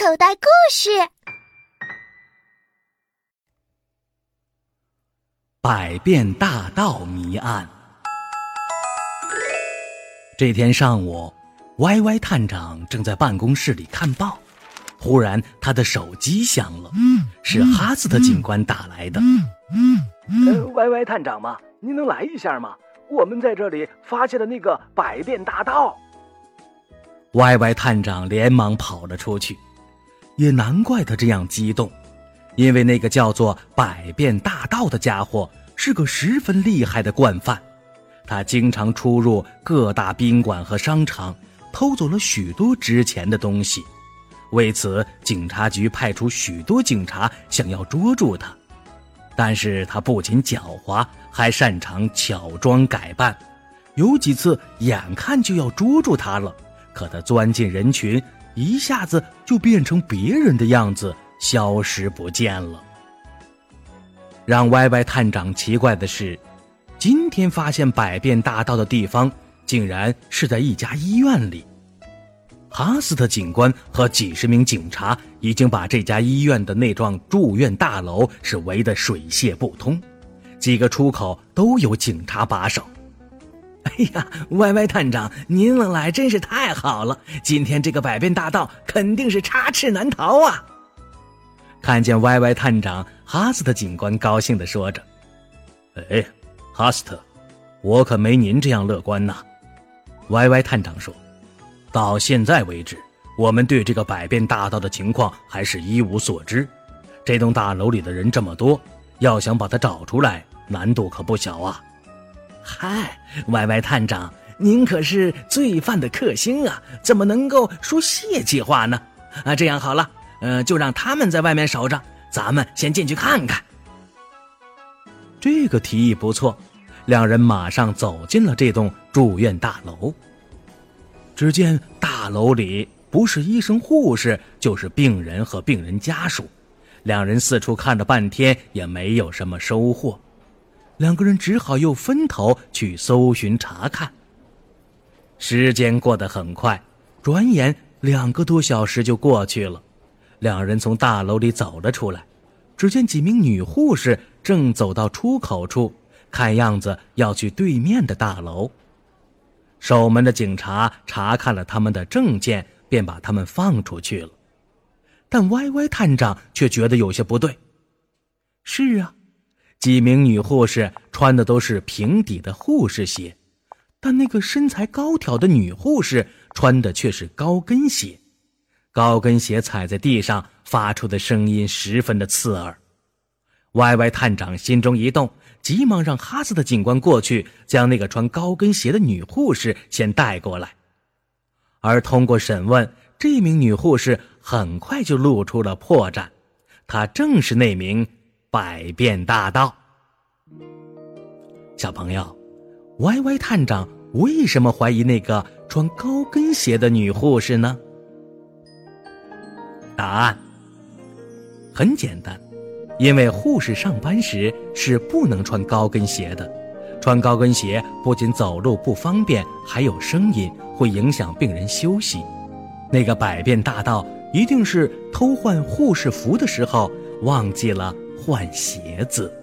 口袋故事。 百变大盗谜案。这天上午，歪歪探长正在办公室里看报，忽然他的手机响了，是哈斯特警官打来的。 歪歪探长吗？您能来一下吗？我们在这里发现了那个百变大盗。 歪歪探长连忙跑了出去，也难怪他这样激动，因为那个叫做百变大盗的家伙是个十分厉害的惯犯，他经常出入各大宾馆和商场，偷走了许多值钱的东西。为此，警察局派出许多警察想要捉住他，但是他不仅狡猾，还擅长巧装改扮，有几次眼看就要捉住他了，可他钻进人群，一下子就变成别人的样子，消失不见了。让歪歪探长奇怪的是，今天发现百变大盗的地方竟然是在一家医院里。哈斯特警官和几十名警察已经把这家医院的那幢住院大楼是围得水泄不通，几个出口都有警察把守。哎呀，歪歪探长，您来真是太好了，今天这个百变大盗肯定是插翅难逃啊。看见歪歪探长，哈斯特警官高兴地说着。哎，哈斯特，我可没您这样乐观呐。歪歪探长说，到现在为止，我们对这个百变大盗的情况还是一无所知。这栋大楼里的人这么多，要想把他找出来，难度可不小啊。嗨，歪歪探长，您可是罪犯的克星啊，怎么能够说泄气话呢？这样好了，就让他们在外面守着，咱们先进去看看。这个提议不错，两人马上走进了这栋住院大楼。只见大楼里不是医生护士，就是病人和病人家属，两人四处看了半天也没有什么收获，两个人只好又分头去搜寻查看。时间过得很快，转眼2个多小时就过去了。两人从大楼里走了出来，只见几名女护士正走到出口处，看样子要去对面的大楼。守门的警察查看了他们的证件，便把他们放出去了。但歪歪探长却觉得有些不对。是啊，几名女护士穿的都是平底的护士鞋，但那个身材高挑的女护士穿的却是高跟鞋。高跟鞋踩在地上发出的声音十分的刺耳。歪歪探长心中一动，急忙让哈斯特警官过去，将那个穿高跟鞋的女护士先带过来。而通过审问，这名女护士很快就露出了破绽，她正是那名百变大盗。小朋友，歪歪探长为什么怀疑那个穿高跟鞋的女护士呢？答案很简单，因为护士上班时是不能穿高跟鞋的，穿高跟鞋不仅走路不方便，还有声音，会影响病人休息。那个百变大盗一定是偷换护士服的时候忘记了换鞋子。